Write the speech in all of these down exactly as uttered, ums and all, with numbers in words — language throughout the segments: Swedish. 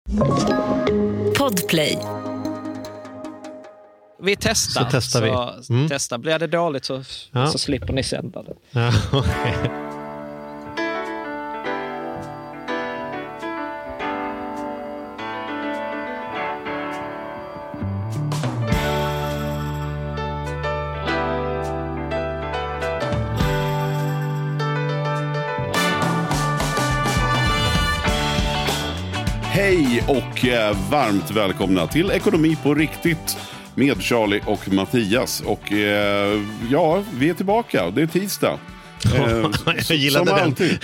Podplay. Vi testar. Så testar vi. Så Mm. testar. Blir det dåligt så, ja. så slipper ni sända det. Ja, okay. Hej och eh, varmt välkomna till Ekonomi på riktigt med Charlie och Mattias. Och eh, ja, vi är tillbaka. Det är tisdag. Eh, jag gillade den. Alltid.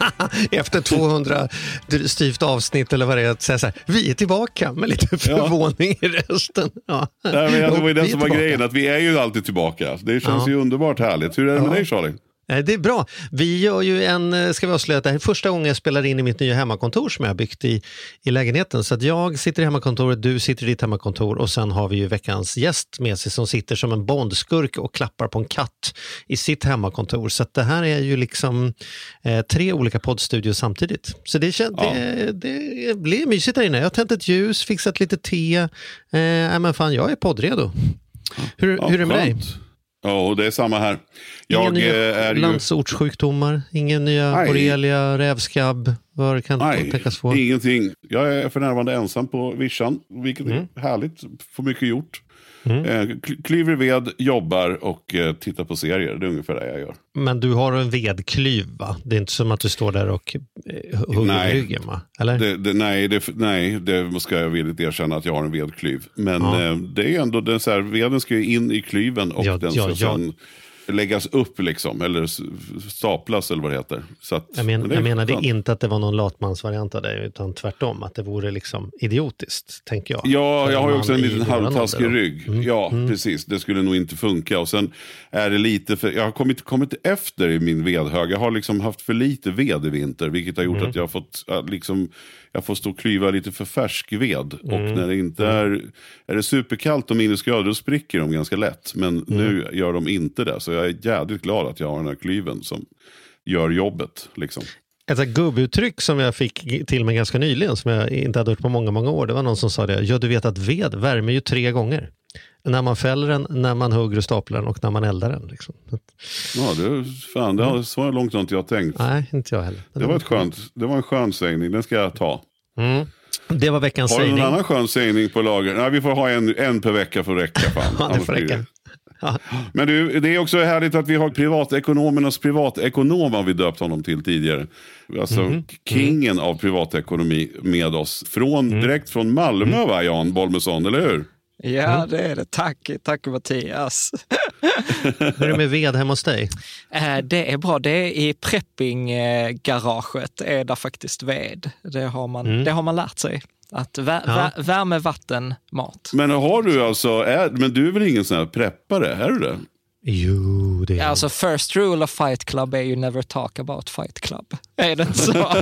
Efter tvåhundra styvt avsnitt eller vad det är, att säga så här, vi är tillbaka med lite förvåning ja. i rösten. Ja. Nej, men det var ju det som var grejen, att vi är ju alltid tillbaka. Det känns ja. ju underbart härligt. Hur är det med ja. dig, Charlie? Det är bra. Vi gör ju en, ska vi avslöja, det här är första gången jag spelar in i mitt nya hemmakontor som jag har byggt i, i lägenheten. Så att jag sitter i hemmakontoret, du sitter i ditt hemmakontor och sen har vi ju veckans gäst med sig som sitter som en bondskurk och klappar på en katt i sitt hemmakontor. Så att det här är ju liksom eh, tre olika poddstudios samtidigt. Så det, kän, ja. det, det blir mysigt där inne. Jag har tänt ett ljus, fixat lite te. Eh, men fan, jag är poddredo. Hur, ja, hur är det med skönt. dig? Ja, och det är samma här. Jag inga nya är ju... landsortssjukdomar, ingen nya Nej. borrelia, rävskabb, vad kan Nej, tänkas få? Ingenting. Jag är för närvarande ensam på vischan, vilket mm. är härligt, får mycket gjort. Mm. Eh, klyver ved, jobbar och eh, tittar på serier, det är ungefär det jag gör. Men du har en vedklyv, va? Det är inte som att du står där och eh, hugger nej. ryggen, va? Eller? Det, det, nej, det, nej, det ska jag villigt erkänna att jag har en vedklyv. Men ja. eh, det är ändå, den så här, veden ska ju in i klyven och ja, den ska ja, sen... Ja. läggas upp liksom, eller staplas eller vad det heter. Så att, jag, men, men det jag menade inte att det var någon latmansvariant av det, utan tvärtom, att det vore liksom idiotiskt, tänker jag. Ja, jag har ju också en liten halvtaskig rygg. Mm. Ja, mm. precis. Det skulle nog inte funka. Och sen är det lite för, jag har kommit, kommit efter i min vedhög. Jag har liksom haft för lite ved i vinter, vilket har gjort mm. att jag har fått liksom, jag får stå och klyva lite för färsk ved. Mm. Och när det inte är, är det superkallt och minusgrader, då spricker de ganska lätt. Men mm. nu gör de inte det. Så jag är jävligt glad att jag har den här klyven som gör jobbet. Liksom. Ett sånt gubbuttryck som jag fick till mig ganska nyligen, som jag inte hade hört på många, många år. Det var någon som sa det. Ja, du vet att ved värmer ju tre gånger. När man fäller den, när man hugger och staplar den och när man eldar den. Liksom. Ja, det, fan, det har så långt har inte jag tänkt. Nej, inte jag heller. Det, det, var, ett skönt, det var en skön sägning, den ska jag ta. Mm. Det var veckans sägning. Har du någon annan skön sägning på lager? Nej, vi får ha en, en per vecka för att räcka. Fan. Ja, det får räcka. Ja. Men du, det är också härligt att vi har privatekonomernas privatekonom, har vi döpt honom till tidigare. Alltså mm-hmm. kingen mm. av privatekonomi med oss. Från, mm. Direkt från Malmö, mm. va, Jan Bolmesson, eller hur? Ja, mm. det är det. Tack, tack Mattias. Hur är det med ved hemma hos dig? Det är bra. Det är i preppinggaraget är där faktiskt ved. Det har man, mm. det har man lärt sig. Att vä- ja. vä- värme, vatten, mat. Men har du alltså, är, men du är väl ingen sån här preppare, är du det? Jo, det är... Ja, alltså first rule of Fight Club är ju never talk about Fight Club. Är det så?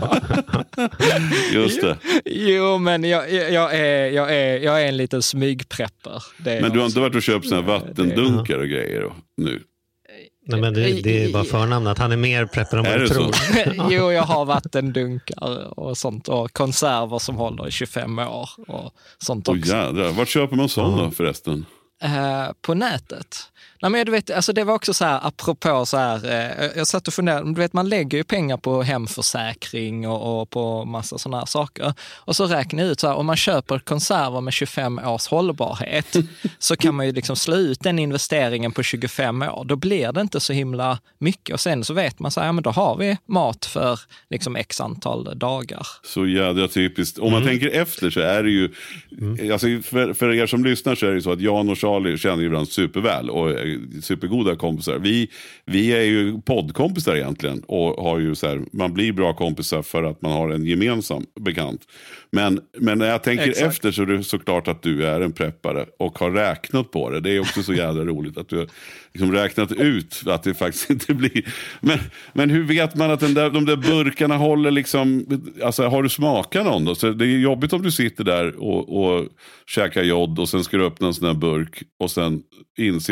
Just det. Jo, jo men jag, jag, är, jag, är, jag är en liten smygprepper. Men du har inte varit och köpt såna här vattendunkar och grejer då, nu? Nej, men det, det är bara förnamn att han är mer prepper än vad du tror. Jo, jag har vattendunkar och sånt och konserver som håller i tjugofem år och sånt också. Oh, jädrar. Vart köper man sånt då förresten? Uh, på nätet. Nej, men du vet, alltså det var också så här, apropå så här, eh, jag satt och funderade, du vet, man lägger ju pengar på hemförsäkring och, och på massa sådana här saker. Och så räknar jag ut så här, om man köper konserver med tjugofem års hållbarhet så kan man ju liksom slå ut den investeringen på tjugofem år. Då blir det inte så himla mycket. Och sen så vet man så här, ja, men då har vi mat för liksom x antal dagar. Så jädra typiskt. Om man mm. tänker efter så är det ju, mm. alltså för, för er som lyssnar så är det så att Jan och Charlie känner ju varandra superväl och supergoda kompisar. Vi, vi är ju poddkompisar egentligen och har ju så här, man blir bra kompisar för att man har en gemensam bekant. Men, men när jag tänker Exakt. efter så är det såklart att du är en preppare och har räknat på det. Det är också så jävla roligt att du har liksom räknat ut att det faktiskt inte blir. Men, men hur vet man att den där, de där burkarna håller liksom, alltså har du smakat någon då? Så det är jobbigt om du sitter där och, och käkar jod och sen ska du öppna en sån här burk och sen inser du att fan,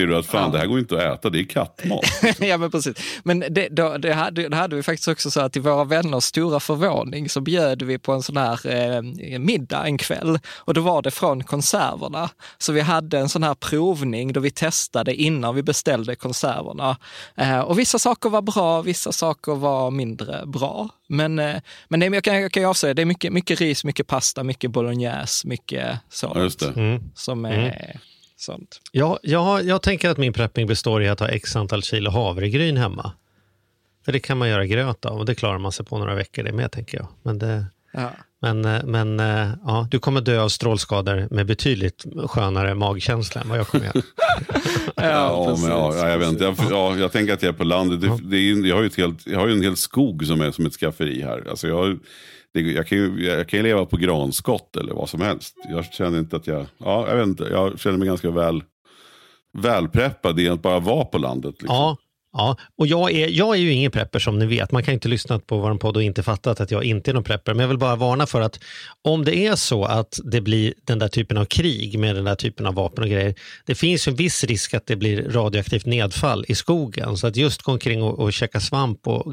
fan, det här går inte att äta, det är kattmat. Ja, men precis. Men det, då, det, hade, det hade vi faktiskt också så att till våra vänners stora förvåning så bjöd vi på en sån här eh, middag en kväll. Och då var det från konserverna. Så vi hade en sån här provning då vi testade innan vi beställde konserverna. Eh, och vissa saker var bra, vissa saker var mindre bra. Men, eh, men det, jag kan, jag kan ju avsäga, det är mycket, mycket ris, mycket pasta, mycket bolognese, mycket sånt. Ja, just det. Mm. Som är Mm. sånt. Ja, jag, jag tänker att min prepping består i att ha x antal kilo havregryn hemma. För det kan man göra gröt av och det klarar man sig på några veckor det med, tänker jag. Men, det, Ja. men, men ja, du kommer dö av strålskador med betydligt skönare magkänsla än vad jag kommer göra. Ja, Ja, precis, men, ja, jag, vet inte. Jag, ja, jag tänker att jag är på landet. Det, det är, jag, har ju ett helt, jag har ju en hel skog som är som ett skafferi här. Alltså jag, har, det, jag, kan ju, jag kan ju leva på granskott eller vad som helst. Jag känner inte att jag... Ja, jag vet inte. Jag känner mig ganska väl, välpreppad i att bara vara på landet. Liksom. Ja, ja, och jag är, jag är ju ingen prepper som ni vet. Man kan inte lyssna på vår podd och inte fatta att jag inte är någon prepper. Men jag vill bara varna för att om det är så att det blir den där typen av krig med den där typen av vapen och grejer. Det finns ju en viss risk att det blir radioaktivt nedfall i skogen. Så att just gå omkring och, och käka svamp och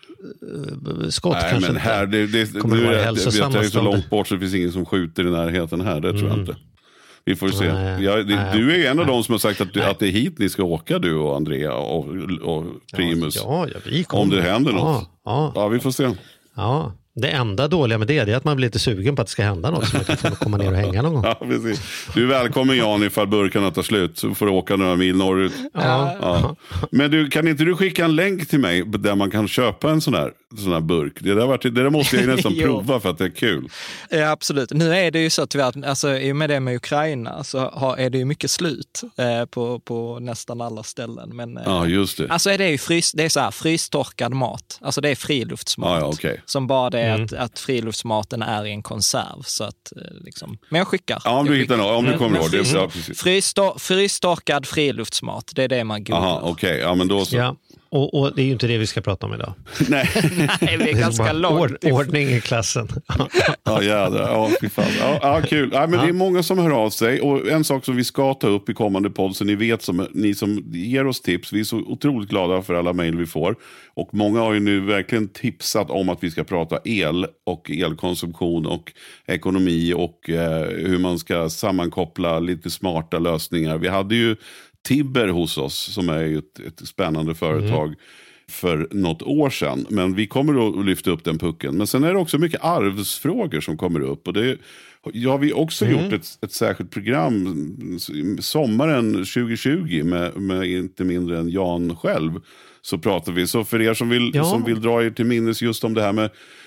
granskott Nej, kanske men här, det, det, kommer nu vara är det, hälsosamma. det är så långt bort så det finns ingen som skjuter i närheten här. Det tror jag Mm. inte. Vi får se. Nej, jag, det, nej, du är en av nej. de som har sagt att, du, att det är hit ni ska åka, du och Andrea och, och Primus. Ja, ja, vi kommer. Om det händer något. Ja, ja, Ja, vi får se. ja. Det enda dåliga med det är att man blir lite sugen på att det ska hända något så man kan få komma ner och hänga någon gång. Ja, precis. Du är välkommen Jan ifall burkarna tar slut så får du åka några mil norrut. Ja. Ja. Men du, kan inte du skicka en länk till mig där man kan köpa en sån här, sån här burk? Det där, varit, det där måste jag ju nästan Jo. prova för att det är kul. Ja, absolut. Nu är det ju så tyvärr, alltså, i och med det med Ukraina så har, är det ju mycket slut eh, på, på nästan alla ställen. Men, eh, Ja, just det. Alltså är det ju frys, det är så här, frystorkad mat. Alltså det är friluftsmat. Ja, ja, okej. Som bara det är Mm. att, att friluftsmaten är i en konserv. Så att, eh, liksom. Men jag skickar. Ja, om du jag hittar något, om du Men- kommer men ihåg det. frys- Ja, precis. Frystor, frystorkad friluftsmat, det är det man googlar. Jaha, okej. Ja, men då så. Ja. Och, och det är ju inte det vi ska prata om idag. Nej. Nej, det är ganska bara långt. ord, ordning i klassen. Ja, jädrar. Ja, fy fan. Ja, ja, kul. Ja, men det är många som hör av sig. Och en sak som vi ska ta upp i kommande podd, så ni vet, som, ni som ger oss tips, vi är så otroligt glada för alla mejl vi får. Och många har ju nu verkligen tipsat om att vi ska prata el och elkonsumtion och ekonomi och eh, hur man ska sammankoppla lite smarta lösningar. Vi hade ju Tibber hos oss som är ju ett, ett spännande företag. Mm. för något år sedan. Men vi kommer att lyfta upp den pucken. Men sen är det också mycket arvsfrågor som kommer upp. Och det har vi också mm. gjort ett, ett särskilt program sommaren tjugo tjugo med, med inte mindre än Jan själv. Så pratar vi. Så för er som vill, ja. som vill dra er till minnes just om det här med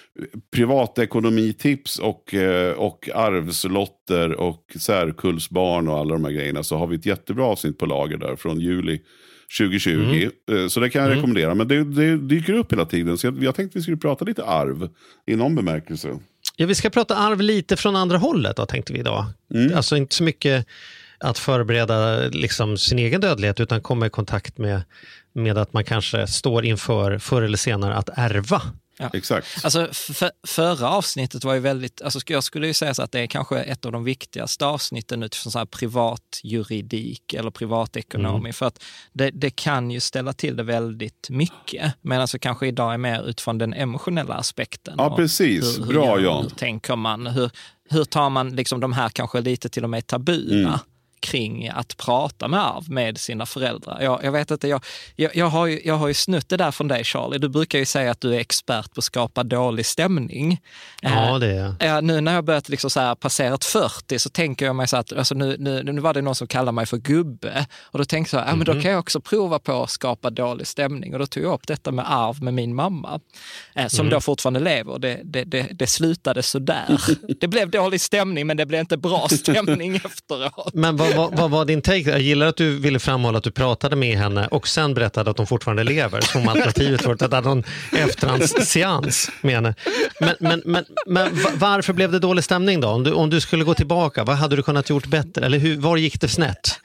privatekonomitips och, och arvslotter och särkullsbarn och alla de här grejerna, så har vi ett jättebra avsnitt på lager där från juli tjugo tjugo. Mm. Så det kan jag mm. rekommendera. Men det, det dyker upp hela tiden. Så jag, jag tänkte vi skulle prata lite arv i någon bemärkelse. Ja, vi ska prata arv lite från andra hållet då, tänkte vi idag. Mm. Alltså inte så mycket att förbereda liksom sin egen dödlighet, utan komma i kontakt med, med att man kanske står inför förr eller senare att ärva. Ja. Exakt. Alltså för, förra avsnittet var ju väldigt, alltså jag skulle ju säga så att det är kanske ett av de viktigaste avsnitten utifrån så här privat juridik eller privatekonomi, mm. för att det, det kan ju ställa till det väldigt mycket, men alltså kanske idag är mer utifrån den emotionella aspekten. Ja, precis. Hur, hur Bra, gör, Jan. Hur tänker man, hur, hur tar man liksom de här kanske lite till och med tabuna mm. kring att prata med arv med sina föräldrar. Jag, jag vet inte, jag, jag, jag, har ju, jag har ju snutt det där från dig, Charlie. Du brukar ju säga att du är expert på att skapa dålig stämning. Ja, det är jag. Äh, nu när jag börjat liksom så här passerat fyrtio så tänker jag mig så att alltså nu, nu, nu var det någon som kallade mig för gubbe. Och då tänkte jag, ja, men då kan jag också prova på att skapa dålig stämning. Och då tog jag upp detta med arv med min mamma, äh, som mm. då fortfarande lever. Det, det, det, det slutade så där. Det blev dålig stämning, men det blev inte bra stämning efteråt. Men vad, vad, vad var din take? Jag gillar att du ville framhålla att du pratade med henne och sen berättade att hon fortfarande lever, som alternativet var att det hade någon efterhandsseans med henne. Men, men, men, men varför blev det dålig stämning då? Om du, om du skulle gå tillbaka, vad hade du kunnat gjort bättre? Eller hur, var gick det snett?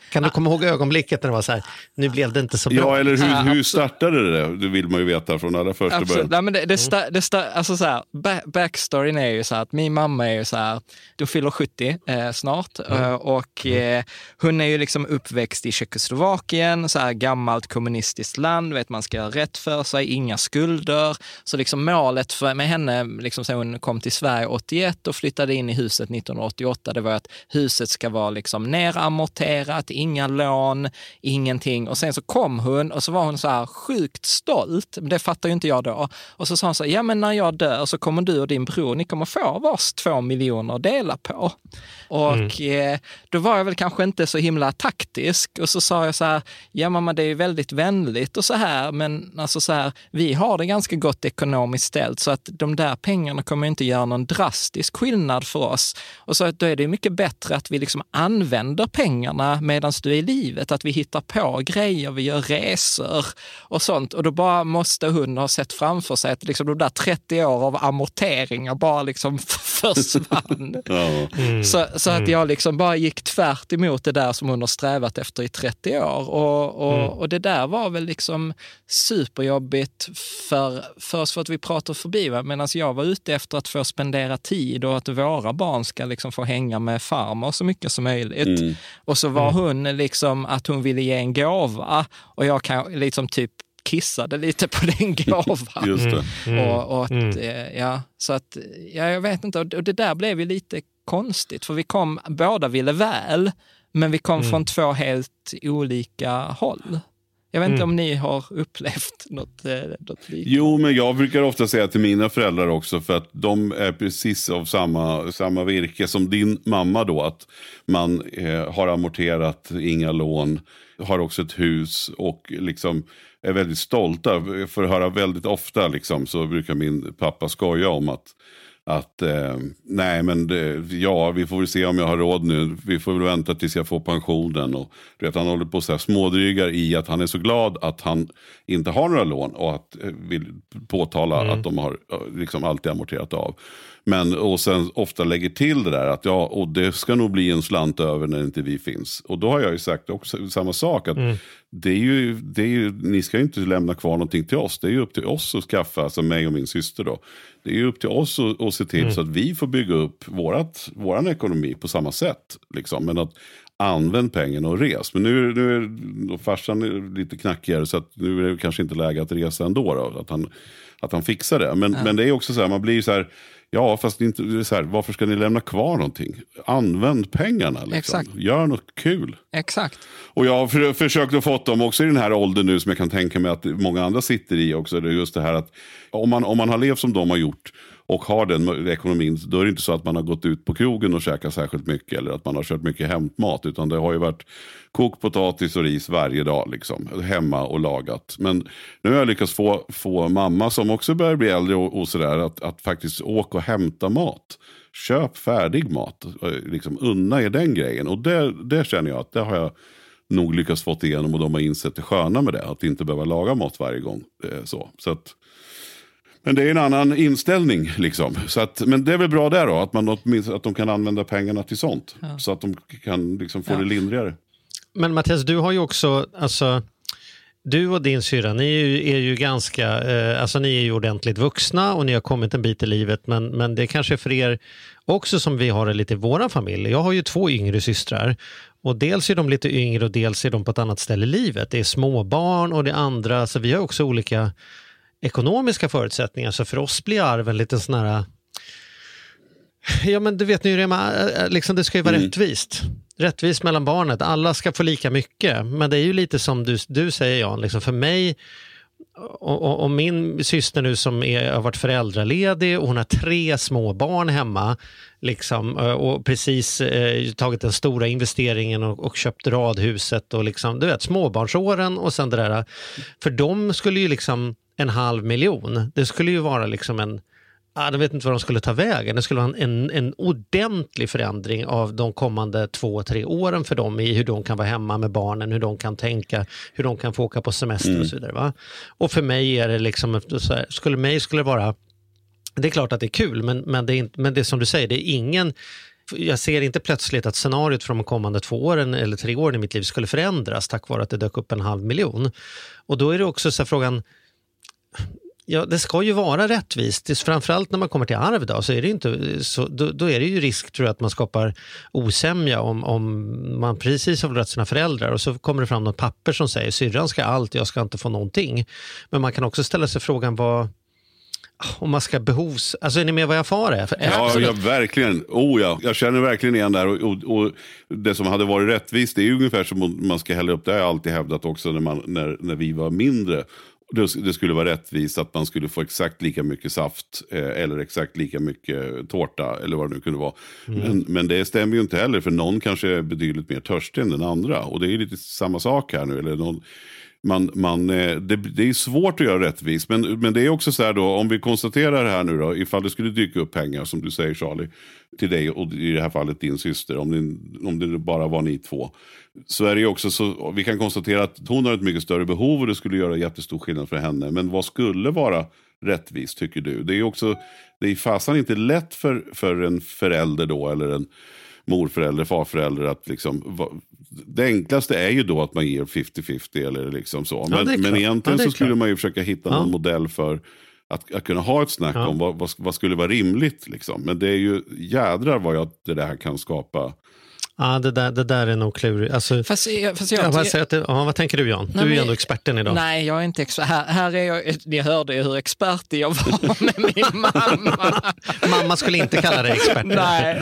Kan du komma ihåg ögonblicket när det var så här, nu blev det inte så bra? Ja, eller hur, Ja, hur startade det? Det vill man ju veta från alla första absolut. början. Nej, men det, det, sta, det sta, alltså så här, back, backstoryn är ju så här att min mamma är ju så här, du fyller sjuttio eh, snart mm. eh, och eh, hon är ju liksom uppväxt i Tjeckoslovakien, så här gammalt kommunistiskt land, vet man ska göra rätt för sig, inga skulder. Så liksom målet för, med henne, liksom så hon kom till Sverige åttioett och flyttade in i huset nittonhundraåttioåtta, det var att huset ska vara liksom neramorterat, inga lån, ingenting. Och sen så kom hon och så var hon så här sjukt stolt, det fattar ju inte jag då. Och så sa hon så här, ja men när jag dör så kommer du och din bror, ni kommer få vars två miljoner att dela på. Och mm. eh, då var jag väl kanske inte så himla taktisk och så sa jag så här, ja mamma det är väldigt vänligt och så här, men alltså så här, vi har det ganska gott ekonomiskt ställt så att de där pengarna kommer inte göra någon drastisk skillnad för oss. Och så att då är det mycket bättre att vi liksom använder pengarna medan du är i livet, att vi hittar på grejer, vi gör resor och sånt. Och då bara måste hon ha sett framför sig att liksom de där trettio år av amorteringar bara liksom försvann. mm. Så, så att jag liksom bara gick tvärt emot det där som hon har strävat efter i trettio år. Och, och, mm. och det där var väl liksom superjobbigt för, för oss för att vi pratar förbi. Medan jag var ute efter att få spendera tid och att våra barn ska liksom få hänga med farmor så mycket som möjligt. Mm. Och så var hon liksom att hon ville ge en gåva och jag kan liksom typ kissade lite på den gåvan. Just det. Mm. Och, och att, mm. ja, så att, ja, jag vet inte, och det där blev ju lite konstigt, för vi kom, båda ville väl, men vi kom mm. från två helt olika håll. Jag vet inte mm. om ni har upplevt något, något liknande. Jo, men jag brukar ofta säga till mina föräldrar också, för att de är precis av samma, samma virke som din mamma då, att man eh, har amorterat, inga lån, har också ett hus och liksom är väldigt stolta. För att höra väldigt ofta liksom, så brukar min pappa skoja om att Att eh, nej men det, ja, vi får väl se om jag har råd nu. Vi får väl vänta tills jag får pensionen. Och du vet, han håller på så här smådrygar i att han är så glad att han inte har några lån. Och att eh, vill påtala mm. att de har liksom alltid amorterat av. Men och sen ofta lägger till det där att ja, och det ska nog bli en slant över när inte vi finns. Och då har jag ju sagt också samma sak, att mm. det är ju, det är ju, ni ska ju inte lämna kvar någonting till oss. Det är ju upp till oss att skaffa, alltså mig och min syster då. Det är ju upp till oss att, att se till mm. så att vi får bygga upp vårat, våran ekonomi på samma sätt. Liksom. Men att använd pengarna och res. Men nu, nu är farsan lite knackigare, så att nu är det kanske inte läge att resa ändå då, att han, att han fixar det. Men, mm. men det är också så här, man blir så här, ja, fast det är inte det är så här, varför ska ni lämna kvar någonting? Använd pengarna liksom. Exakt. Gör något kul. Exakt. Och jag har för, försökt att få dem också i den här åldern nu, som jag kan tänka mig att många andra sitter i också. Det är just det här att om man, om man har levt som de har gjort och har den ekonomin, då är det inte så att man har gått ut på krogen och käkat särskilt mycket, eller att man har kört mycket hämtmat, utan det har ju varit kokt potatis och ris varje dag liksom, hemma och lagat. Men nu har jag lyckats få, få mamma som också börjar bli äldre och, och sådär, att, att faktiskt åka och hämta mat. Köp färdig mat, liksom unna er den grejen. Och det, det känner jag att det har jag nog lyckats fått igenom, och de har insett det sköna med det, att inte behöva laga mat varje gång. Så, så att men det är en annan inställning liksom. Så att, men det är väl bra där då, att, man, att de kan använda pengarna till sånt. Ja. Så att de kan liksom få ja. det lindrigare. Men Mattias, du har ju också, alltså, du och din syra, ni är ju, är ju ganska, eh, alltså ni är ju ordentligt vuxna och ni har kommit en bit i livet, men, men det är kanske för er också som vi har det lite i våran familj. Jag har ju två yngre systrar. Och dels är de lite yngre och dels är de på ett annat ställe i livet. Det är småbarn och det andra, så vi har också olika ekonomiska förutsättningar, så för oss blir arven lite sån här, ja men du vet nu, liksom det ska ju vara mm. rättvist. Rättvist mellan barnet, alla ska få lika mycket, men det är ju lite som du, du säger Jan, liksom för mig och, och, och min syster nu som är, har varit föräldraledig och hon har tre små barn hemma liksom, och precis eh, tagit den stora investeringen och, och köpt radhuset och liksom, du vet, småbarnsåren och sen det där, för dem skulle ju liksom en halv miljon, det skulle ju vara liksom en, jag vet inte vad de skulle ta vägen, det skulle vara en, en ordentlig förändring av de kommande två, tre åren för dem i hur de kan vara hemma med barnen, hur de kan tänka, hur de kan få åka på semester mm. och så vidare, va? Och för mig är det liksom, så här, skulle mig skulle det vara, det är klart att det är kul, men, men, det är inte, men det är som du säger, det är ingen, jag ser inte plötsligt att scenariot för de kommande två åren eller tre åren i mitt liv skulle förändras tack vare att det dök upp en halv miljon. Och då är det också så här frågan, ja, det ska ju vara rättvist. Framförallt när man kommer till arv då, så är det inte så, då, då är det ju risk, tror jag, att man skapar osämja om, om man precis har förlorat sina föräldrar och så kommer det fram något papper som säger syrran ska allt, jag ska inte få någonting. Men man kan också ställa sig frågan vad om man ska behovs... Alltså är ni med vad jag far är? Ja, ja, verkligen. Oh, ja. Jag känner verkligen igen där. Och, och, och det som hade varit rättvist, det är ju ungefär som man ska hälla upp. Det har jag alltid hävdat också när, man, när, när vi var mindre. Det skulle vara rättvist att man skulle få exakt lika mycket saft eh, eller exakt lika mycket tårta eller vad det nu kunde vara. Mm. Men, men det stämmer ju inte heller, för någon kanske är betydligt mer törstig än den andra. Och det är ju lite samma sak här nu. Eller någon, man, man, det, det är svårt att göra rättvist, men, men det är också så här då, om vi konstaterar här nu då, ifall det skulle dyka upp pengar som du säger, Charlie, till dig och i det här fallet din syster, om det, om det bara var ni två, så är det ju också så, vi kan konstatera att hon har ett mycket större behov och det skulle göra jättestor skillnad för henne. Men vad skulle vara rättvist, tycker du? Det är ju också, det är fasen inte lätt för, för en förälder då, eller en morförälder, farförälder, att liksom, det enklaste är ju då att man ger femtio femtio eller liksom så. Men, ja, men egentligen ja, så skulle klart. Man ju försöka hitta någon ja. modell för att, att kunna ha ett snack ja. om vad, vad, vad skulle vara rimligt liksom. Men det är ju jädrar vad jag, det där kan skapa. Ja, det där, det där är nog klurigt. Alltså, fast, fast jag, jag jag, säga att det, ja, vad tänker du, Jan? Nej, du är ju men, ändå experten idag. Nej, jag är inte expert. Här, här är jag, ni hörde ju hur expert jag var med min mamma. Mamma skulle inte kalla dig expert. Nej.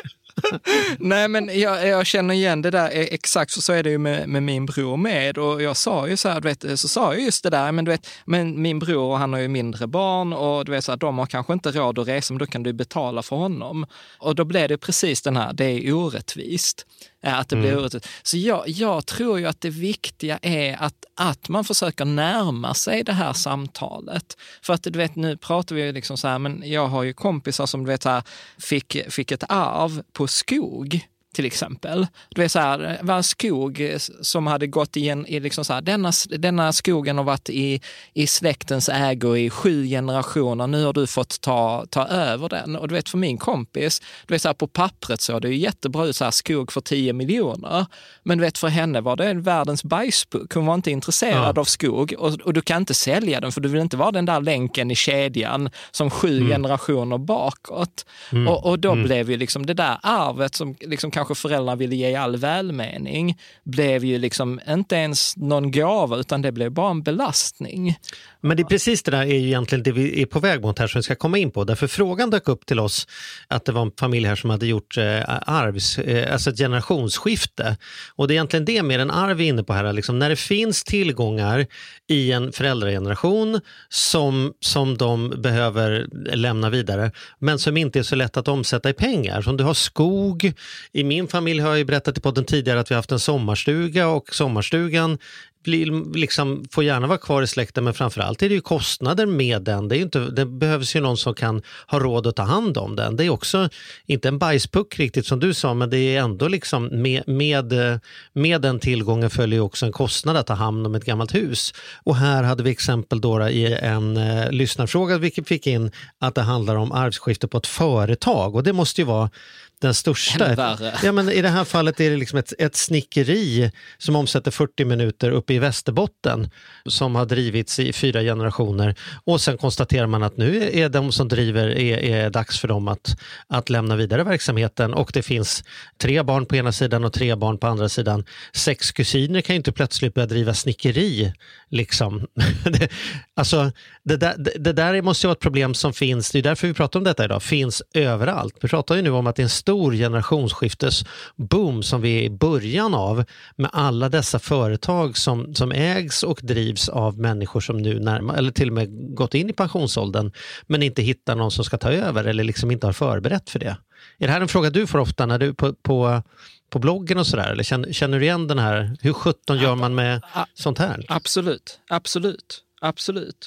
Nej, men jag, jag känner igen det där exakt, så, så är det ju med, med min bror med, och jag sa ju så här, du vet, så sa jag just det där, men du vet, men min bror, han har ju mindre barn och du vet så här, de har kanske inte råd att resa, men då kan du betala för honom. Och då blev det precis den här, det är orättvist. Att det blir mm. orättvist. Så jag, jag tror ju att det viktiga är att, att man försöker närma sig det här samtalet. För att du vet, nu pratar vi liksom så här, men jag har ju kompisar som du vet så här, fick, fick ett arv på skog till exempel. Det var så här, det var en skog som hade gått i en, i liksom så här, denna, denna skogen har varit i, i släktens ägo i sju generationer, nu har du fått ta, ta över den. Och du vet, för min kompis, du vet så här, på pappret så det är ju jättebra ut så här, skog för tio miljoner, men du vet, för henne var det världens bajspuck. Hon var inte intresserad ja. av skog, och, och du kan inte sälja den, för du vill inte vara den där länken i kedjan som sju mm. generationer bakåt. Mm. Och, och då mm. blev ju liksom det där arvet som liksom kanske föräldrarna ville ge all välmening, blev ju liksom inte ens någon gåva, utan det blev bara en belastning. Men det är precis det där är ju egentligen det vi är på väg mot här, som vi ska komma in på. Därför frågan dök upp till oss att det var en familj här som hade gjort eh, arvs, eh, alltså ett generationsskifte. Och det är egentligen det mer än arv vi är inne på här. Liksom, när det finns tillgångar i en föräldrageneration som, som de behöver lämna vidare, men som inte är så lätt att omsätta i pengar. Som du har skog. I min familj har jag ju berättat i podden tidigare att vi har haft en sommarstuga, och sommarstugan blir, liksom, får gärna vara kvar i släkten, men framförallt är det ju kostnader med den. Det, är ju inte, det behövs ju någon som kan ha råd att ta hand om den. Det är också inte en bajspuck riktigt som du sa, men det är ändå liksom med, med, med den tillgången följer ju också en kostnad att ta hand om ett gammalt hus. Och här hade vi exempel då i en eh, lyssnarfråga vilket fick in att det handlar om arvsskifte på ett företag, och det måste ju vara den största. Ja, men i det här fallet är det liksom ett, ett snickeri som omsätter fyrtio minuter uppe i Västerbotten som har drivits i fyra generationer, och sen konstaterar man att nu är de som driver är, är dags för dem att, att lämna vidare verksamheten, och det finns tre barn på ena sidan och tre barn på andra sidan. Sex kusiner kan ju inte plötsligt börja driva snickeri liksom. det, alltså det där, det, det där måste ju vara ett problem som finns, det är därför vi pratar om detta idag, finns överallt. Vi pratar ju nu om att det är en stor stor generationsskiftesboom som vi är i början av, med alla dessa företag som, som ägs och drivs av människor som nu närmar, eller till och med gått in i pensionsåldern, men inte hittar någon som ska ta över eller liksom inte har förberett för det. Är det här en fråga du får ofta när du på, på, på bloggen och sådär, eller känner, känner du igen den här, hur sjutton gör man med sånt här? Absolut, absolut, absolut.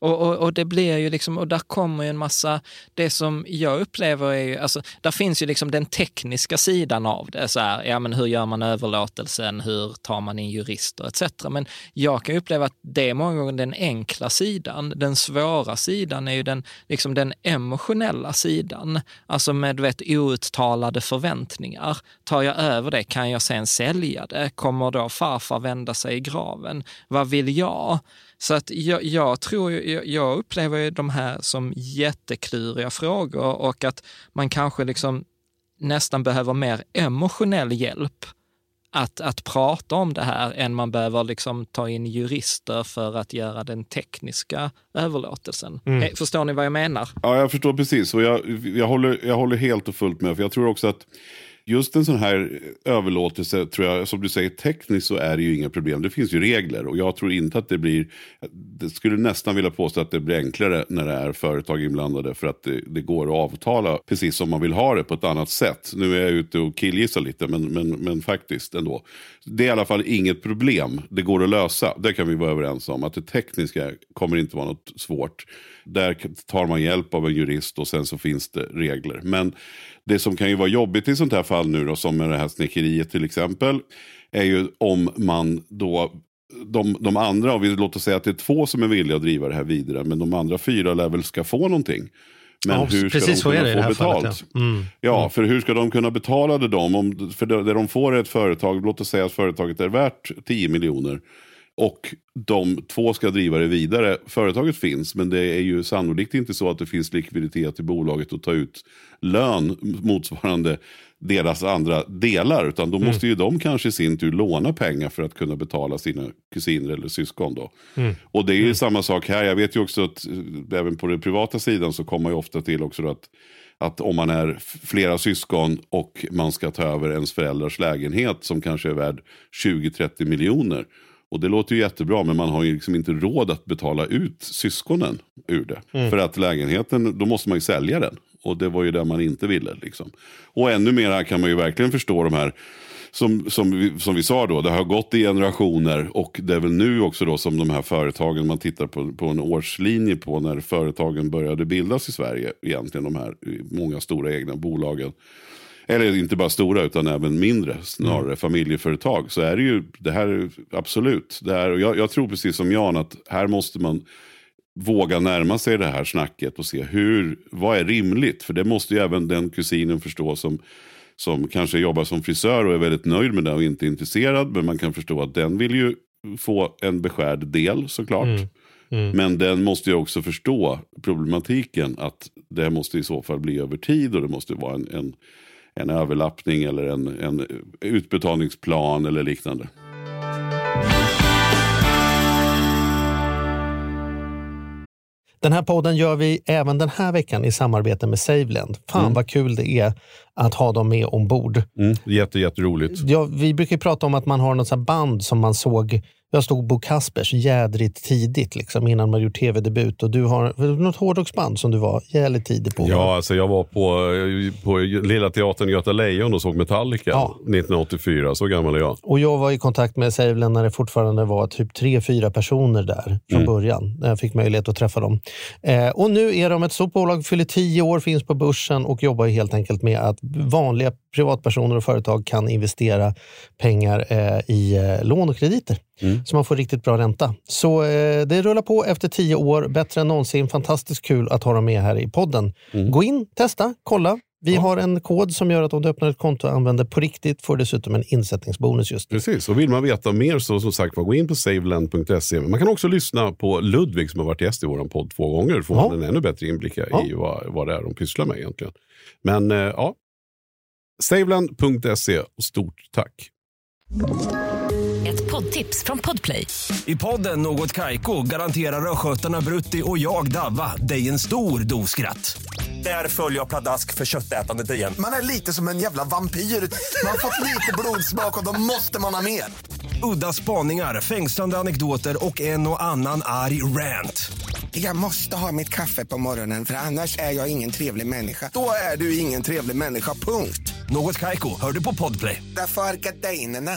Och, och, och det blir ju liksom, och där kommer ju en massa, det som jag upplever är ju, alltså, där finns ju liksom den tekniska sidan av det, så här, ja men hur gör man överlåtelsen, hur tar man in jurister et cetera. Men jag kan uppleva att det är många gånger den enkla sidan, den svåra sidan är ju den, liksom den emotionella sidan, alltså med vet, outtalade förväntningar. Tar jag över det, kan jag sen sälja det? Kommer då farfar vända sig i graven? Vad vill jag? Så att jag, jag tror, jag, jag upplever ju de här som jättekluriga frågor, och att man kanske liksom nästan behöver mer emotionell hjälp att, att prata om det här än man behöver liksom ta in jurister för att göra den tekniska överlåtelsen. Mm. Förstår ni vad jag menar? Ja, jag förstår precis. Och jag, jag, håller, jag håller helt och fullt med. För jag tror också att just en sån här överlåtelse, tror jag, som du säger, tekniskt så är det ju inga problem. Det finns ju regler, och jag tror inte att det blir, det skulle nästan vilja påstå att det blir enklare när det är företag inblandade, för att det, det går att avtala precis som man vill ha det på ett annat sätt. Nu är jag ute och killgissar lite, men, men, men faktiskt ändå. Det är i alla fall inget problem. Det går att lösa. Det kan vi vara överens om. Att det tekniska kommer inte vara något svårt. Där tar man hjälp av en jurist, och sen så finns det regler. Men det som kan ju vara jobbigt i sånt här fall nu då, som med det här snickeriet till exempel, är ju om man då, de, de andra, och vi låter säga att det är två som är villiga att driva det här vidare, men de andra fyra lär väl ska få någonting. Men ja, hur ska de kunna få betalt? Fallet, ja. Mm. ja, för hur ska de kunna betala det dem? Om, för det, det de får är ett företag, låt oss säga att företaget är värt tio miljoner. Och de två ska driva det vidare. Företaget finns, men det är ju sannolikt inte så att det finns likviditet i bolaget att ta ut lön motsvarande deras andra delar. Utan då mm. måste ju de kanske i sin tur låna pengar för att kunna betala sina kusiner eller syskon då. Mm. Och det är ju mm. samma sak här. Jag vet ju också att även på den privata sidan så kommer ju ofta till också att att om man är flera syskon och man ska ta över ens föräldrars lägenhet som kanske är värd tjugo till trettio miljoner. Och det låter ju jättebra, men man har ju liksom inte råd att betala ut syskonen ur det. Mm. För att lägenheten, då måste man ju sälja den. Och det var ju det man inte ville liksom. Och ännu mer kan man ju verkligen förstå de här, som, som, vi, som vi sa då, det har gått i generationer, och det är väl nu också då som de här företagen, man tittar på, på en årslinje på när företagen började bildas i Sverige, egentligen de här många stora egna bolagen. Eller inte bara stora utan även mindre, snarare mm. familjeföretag. Så är det ju, det här är absolut. Det här, och jag, jag tror precis som Jan att här måste man våga närma sig det här snacket och se hur, vad är rimligt? För det måste ju även den kusinen förstå som, som kanske jobbar som frisör och är väldigt nöjd med det och inte intresserad. Men man kan förstå att den vill ju få en beskärd del såklart. Mm. Mm. Men den måste ju också förstå problematiken att det måste i så fall bli över tid, och det måste vara en, en en överlappning eller en, en utbetalningsplan eller liknande. Den här podden gör vi även den här veckan i samarbete med SaveLend. Fan mm. vad kul det är att ha dem med ombord. Mm, jätte, jätteroligt. Ja, vi brukar prata om att man har något sånt band som man såg. Jag stod Bo Kaspers jädrigt tidigt liksom, innan man gjort tv-debut. Och du har något hårdrocksband som du var jävligt tidig på. Ja, alltså jag var på, på Lilla Teatern Göta Lejon och såg Metallica ja. nittonhundraåttiofyra, så gammal är jag. Och jag var i kontakt med SaveLend när det fortfarande var typ tre, fyra personer där från mm. början. När jag fick möjlighet att träffa dem. Eh, och nu är de ett stort bolag, fyller tio år, finns på börsen och jobbar helt enkelt med att vanliga privatpersoner och företag kan investera pengar eh, i eh, lån och krediter. Mm. Så man får riktigt bra ränta. Så eh, det rullar på efter tio år, bättre än någonsin. Fantastiskt kul att ha dem med här i podden. Mm. Gå in, testa, kolla. Vi ja. har en kod som gör att om du öppnar ett konto och använder på riktigt får dessutom en insättningsbonus just nu. Precis, och vill man veta mer så som sagt gå in på savelend punkt se. Man kan också lyssna på Ludvig som har varit gäst i vår podd två gånger. Får ja. man en ännu bättre inblick ja. i vad, vad det är de pysslar med egentligen. Men eh, ja, savelend punkt se och stort tack. Ett poddtips från Podplay. I podden Något Kaiko garanterar röskötarna Brutti och jag Davva dig en stor doskratt. Där följer jag pladask för köttätandet igen. Man är lite som en jävla vampyr. Man har fått lite blodsmak och då måste man ha mer. Udda spaningar, fängslande anekdoter och en och annan arg rant. Jag måste ha mitt kaffe på morgonen för annars är jag ingen trevlig människa. Då är du ingen trevlig människa, punkt. Något Kaiko, hör du på Podplay. Därför är gardinerna.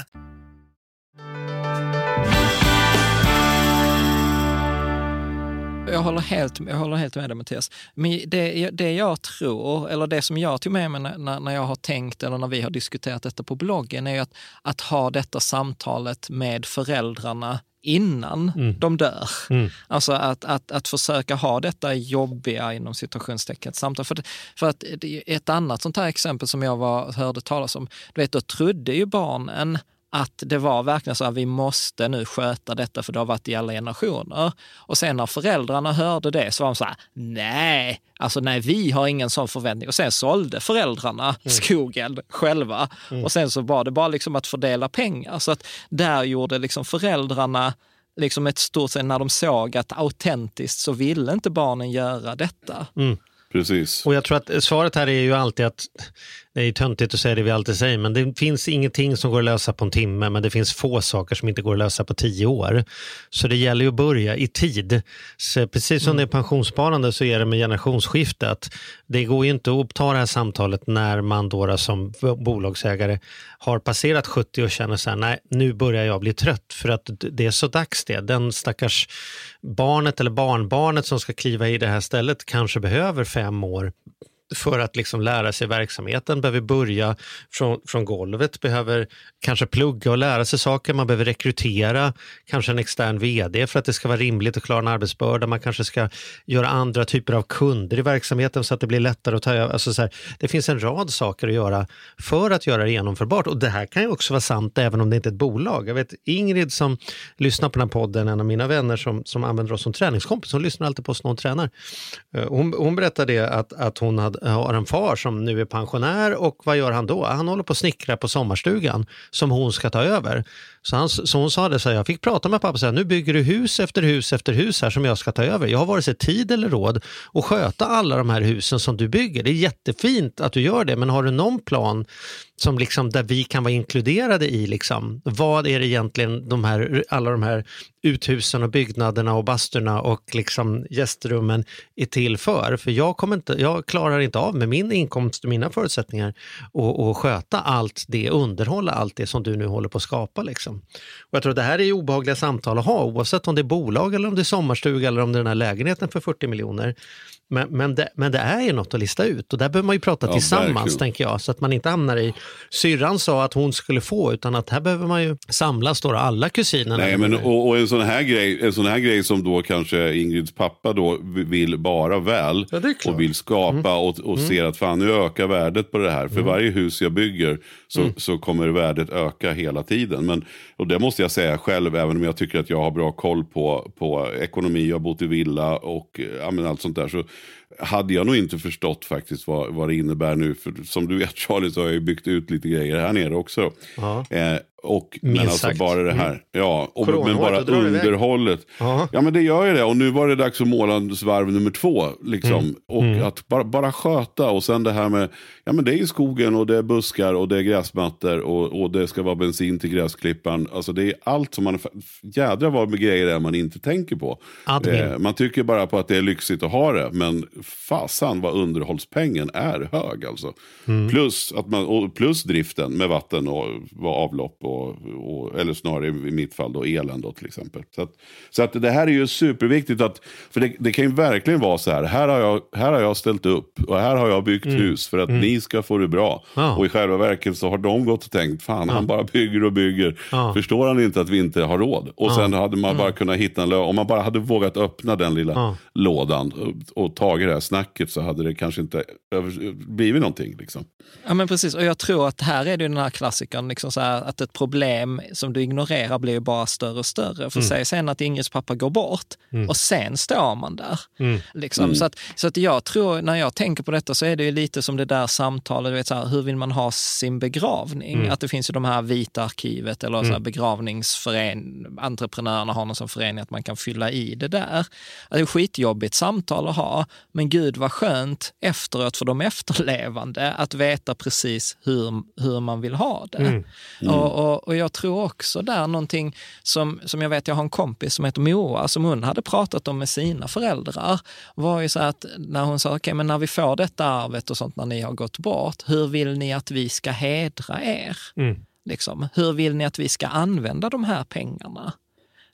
Jag håller helt, jag håller helt med dig, Mattias. Men det, det jag tror, eller det som jag tog med mig när, när jag har tänkt eller när vi har diskuterat detta på bloggen, är att, att ha detta samtalet med föräldrarna innan mm. de dör. Mm. Alltså att, att, att försöka ha detta jobbiga inom situationstecken samtal. För, för att ett annat sånt här exempel som jag var, hörde talas om, du vet, då trodde ju barnen att det var verkligen så att vi måste nu sköta detta för det har varit i alla generationer. Och sen när föräldrarna hörde det så var de så här, nej, alltså nej, vi har ingen sån förväntning. Och sen sålde föräldrarna mm. skogen själva. Mm. Och sen så var det bara liksom att fördela pengar. Så att där gjorde liksom föräldrarna liksom ett stort, sen när de såg att autentiskt så ville inte barnen göra detta. Mm. Precis. Och jag tror att svaret här är ju alltid att, det är töntigt att säga det vi alltid säger, men det finns ingenting som går att lösa på en timme, men det finns få saker som inte går att lösa på tio år. Så det gäller ju att börja i tid. Så precis som mm. det är pensionssparande så är det med generationsskiftet. Det går ju inte att ta det här samtalet när man då som bolagsägare har passerat sjuttio och känner så här, nej, nu börjar jag bli trött för att det är så dags det. Den stackars barnet eller barnbarnet som ska kliva i det här stället kanske behöver fem år för att liksom lära sig verksamheten, behöver börja från, från golvet, behöver kanske plugga och lära sig saker, man behöver rekrytera kanske en extern vd för att det ska vara rimligt att klara en arbetsbörda, man kanske ska göra andra typer av kunder i verksamheten så att det blir lättare att ta över. Alltså så här, det finns en rad saker att göra för att göra det genomförbart, och det här kan ju också vara sant även om det inte är ett bolag. Jag vet Ingrid som lyssnar på den här podden, en av mina vänner som, som använder oss som träningskompis, hon lyssnar alltid på oss när hon tränar. Hon, hon berättade att, att hon hade har en far som nu är pensionär, och vad gör han då? Han håller på att snickra på sommarstugan som hon ska ta över. Så, han, så hon sa det så här, jag fick prata med pappa och säga, nu bygger du hus efter hus efter hus här som jag ska ta över. Jag har vare sig tid eller råd att sköta alla de här husen som du bygger. Det är jättefint att du gör det, men har du någon plan som liksom där vi kan vara inkluderade i liksom, vad är det egentligen de här, alla de här uthusen och byggnaderna och basturna och liksom gästrummen är till för? För jag kommer inte, jag klarar inte av med min inkomst och mina förutsättningar och, och sköta allt det, underhålla allt det som du nu håller på att skapa liksom. Och jag tror att det här är obehagliga samtal att ha, oavsett om det är bolag eller om det är sommarstuga eller om det är den här lägenheten för fyrtio miljoner. Men, men, det, men det är ju något att lista ut, och där behöver man ju prata ja, tillsammans verkligen. Tänker jag, så att man inte hamnar i syrran sa att hon skulle få, utan att här behöver man ju samlas då alla kusinerna. Nej, men och, och en sån här grej, en sån här grej som då kanske Ingrids pappa då vill bara väl ja, och vill skapa mm. och, och mm. ser att fan nu ökar värdet på det här, för mm. varje hus jag bygger så, mm. så kommer värdet öka hela tiden. Men, och det måste jag säga själv, även om jag tycker att jag har bra koll på, på ekonomi, jag har bott i villa och ja, men allt sånt där, så hade jag nog inte förstått faktiskt vad, vad det innebär nu. För som du vet, Charlie, så har jag ju byggt ut lite grejer här nere också. Eh, och, men alltså sagt. bara det här. Ja, och, men bara underhållet. Ja, men det gör ju det. Och nu var det dags att måla varv nummer två. Liksom. Mm. Och mm. att bara, bara sköta. Och sen det här med, ja men det är ju skogen och det är buskar och det är gräsmattor och, och det ska vara bensin till gräsklippan. Alltså det är allt som man, jädra vad med grejer är man inte tänker på. Eh, man tycker bara på att det är lyxigt att ha det. Men fasan vad underhållspengen är hög alltså. Mm. Plus, att man, och plus driften med vatten och, och avlopp och Och, och, eller snarare i mitt fall då elen då till exempel. Så att, så att det här är ju superviktigt att, för det, det kan ju verkligen vara så här, här har jag, här har jag ställt upp och här har jag byggt mm. hus för att mm. ni ska få det bra. Ah. Och i själva verket så har de gått och tänkt, fan ah. han bara bygger och bygger. Ah. Förstår han inte att vi inte har råd? Och ah. sen hade man bara kunnat hitta en lö- om man bara hade vågat öppna den lilla ah. lådan och, och tagit det här snacket, så hade det kanske inte blivit någonting liksom. Ja men precis, och jag tror att här är det den här klassikern liksom så här, att ett problem som du ignorerar blir bara större och större. För mm. säg sen att Ingrids pappa går bort mm. och sen står man där. Mm. Liksom. Mm. Så, att, så att jag tror, när jag tänker på detta så är det ju lite som det där samtalet, du vet, så här, hur vill man ha sin begravning? Mm. Att det finns ju de här vita arkivet eller mm. så här begravningsförening, entreprenörerna har någon som förening att man kan fylla i det där. Det är skitjobbigt samtal att ha, men gud vad skönt efteråt för de efterlevande att veta precis hur, hur man vill ha det. Mm. Mm. Och, och, och jag tror också där någonting som, som jag vet, jag har en kompis som heter Moa som hon hade pratat om med sina föräldrar, var ju så att när hon sa, okej okay, men när vi får detta arvet och sånt när ni har gått bort, hur vill ni att vi ska hedra er? Mm. Liksom, hur vill ni att vi ska använda de här pengarna?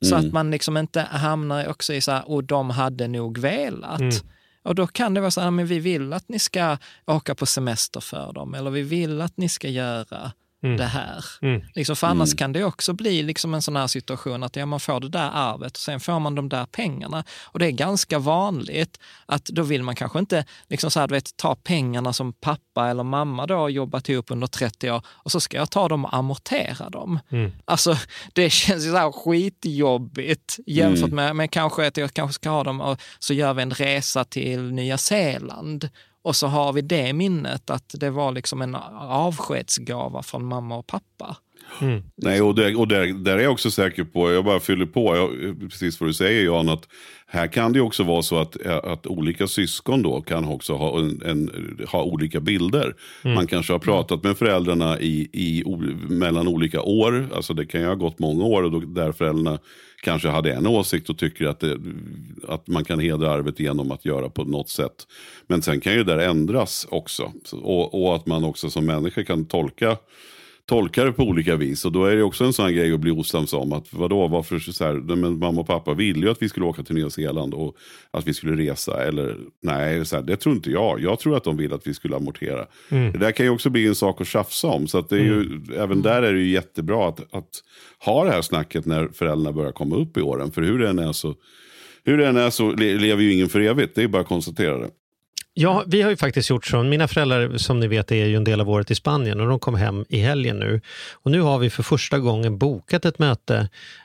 Så Mm. att man liksom inte hamnar också i så här, och de hade nog velat. Mm. Och då kan det vara så här, men vi vill att ni ska åka på semester för dem. Eller vi vill att ni ska göra mm. det här. Mm. Liksom, för annars mm. kan det också bli liksom en sån här situation att ja, man får det där arvet och sen får man de där pengarna. Och det är ganska vanligt att då vill man kanske inte liksom så här, du vet, ta pengarna som pappa eller mamma då har jobbat ihop under trettio år och så ska jag ta dem och amortera dem. Mm. Alltså det känns ju så här skitjobbigt jämfört mm. med, med kanske att jag kanske ska ha dem och så gör vi en resa till Nya Zeeland. Och så har vi det minnet att det var liksom en avskedsgava från mamma och pappa. Mm. Nej, och, det, och där, där är jag också säker på, jag bara fyller på, jag, precis vad du säger Jan, att här kan det också vara så att, att olika syskon då kan också ha, en, en, ha olika bilder. Mm. Man kanske har pratat med föräldrarna i, i, mellan olika år, alltså det kan ju ha gått många år och då, där föräldrarna kanske hade en åsikt och tycker att, det, att man kan hedra arvet genom att göra på något sätt. Men sen kan ju det där ändras också. Och, och att man också som människa kan tolka, tolka det på olika vis. Och då är det också en sån grej att bli osams om. Att vadå, varför så här, men mamma och pappa ville ju att vi skulle åka till Nya Zeeland och att vi skulle resa. Eller nej, så här, det tror inte jag. Jag tror att de vill att vi skulle amortera. Mm. Det där kan ju också bli en sak att tjafsa om. Så att det är ju, mm. även där är det ju jättebra att, att ha det här snacket när föräldrarna börjar komma upp i åren. För hur det än är så, hur det än är så lever ju ingen för evigt. Det är bara att konstatera det. Ja, vi har ju faktiskt gjort så. Mina föräldrar, som ni vet, är ju en del av året i Spanien och de kom hem i helgen nu. Och nu har vi för första gången bokat ett möte.